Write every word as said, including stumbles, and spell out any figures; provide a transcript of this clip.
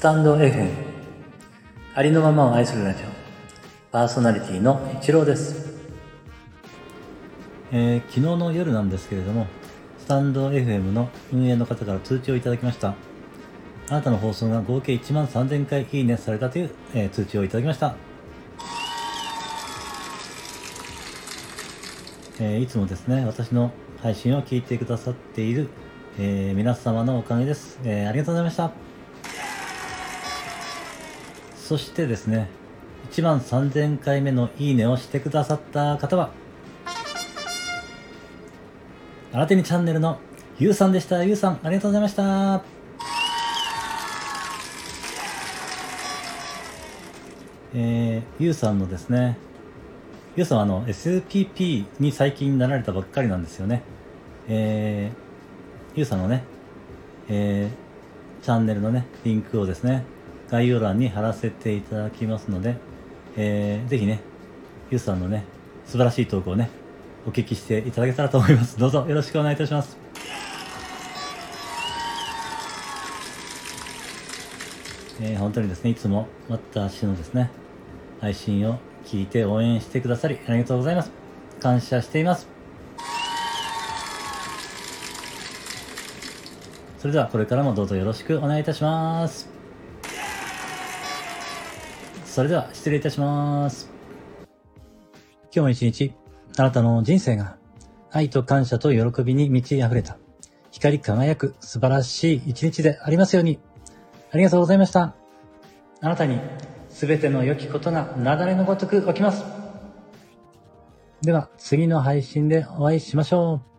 タンド エフエム ありのままを愛するラジオ、パーソナリティの一郎です。えー、昨日の夜なんですけれども、スタンド エフエム の運営の方から通知をいただきました。あなたの放送が合計いちまんさんぜんかいいいねされたという、えー、通知をいただきました。えー、いつもですね、私の配信を聞いてくださっている、えー、皆様のおかげです、えー。ありがとうございました。そしてですね、いちまんさんぜんかいめのいいねをしてくださった方は、新手にチャンネルのゆうさんでした。ゆうさん、ありがとうございました。えー、ゆうさんのですね、ゆうさんはあの エスピーピー に最近なられたばっかりなんですよね。えー、ゆうさんのね、えー、チャンネルのね、リンクをですね、概要欄に貼らせていただきますので、えー、ぜひね、ゆうさんのね、素晴らしいトークをね、お聞きしていただけたらと思います。どうぞよろしくお願いいたします。えー、本当にですね、いつも私のですね、配信を聞いて応援してくださりありがとうございます。感謝しています。それではこれからもどうぞよろしくお願いいたします。それでは失礼いたします。今日も一日、あなたの人生が愛と感謝と喜びに満ち溢れた光り輝く素晴らしい一日でありますように。ありがとうございました。あなたにすべての良きことが雪崩のごとく起きます。では次の配信でお会いしましょう。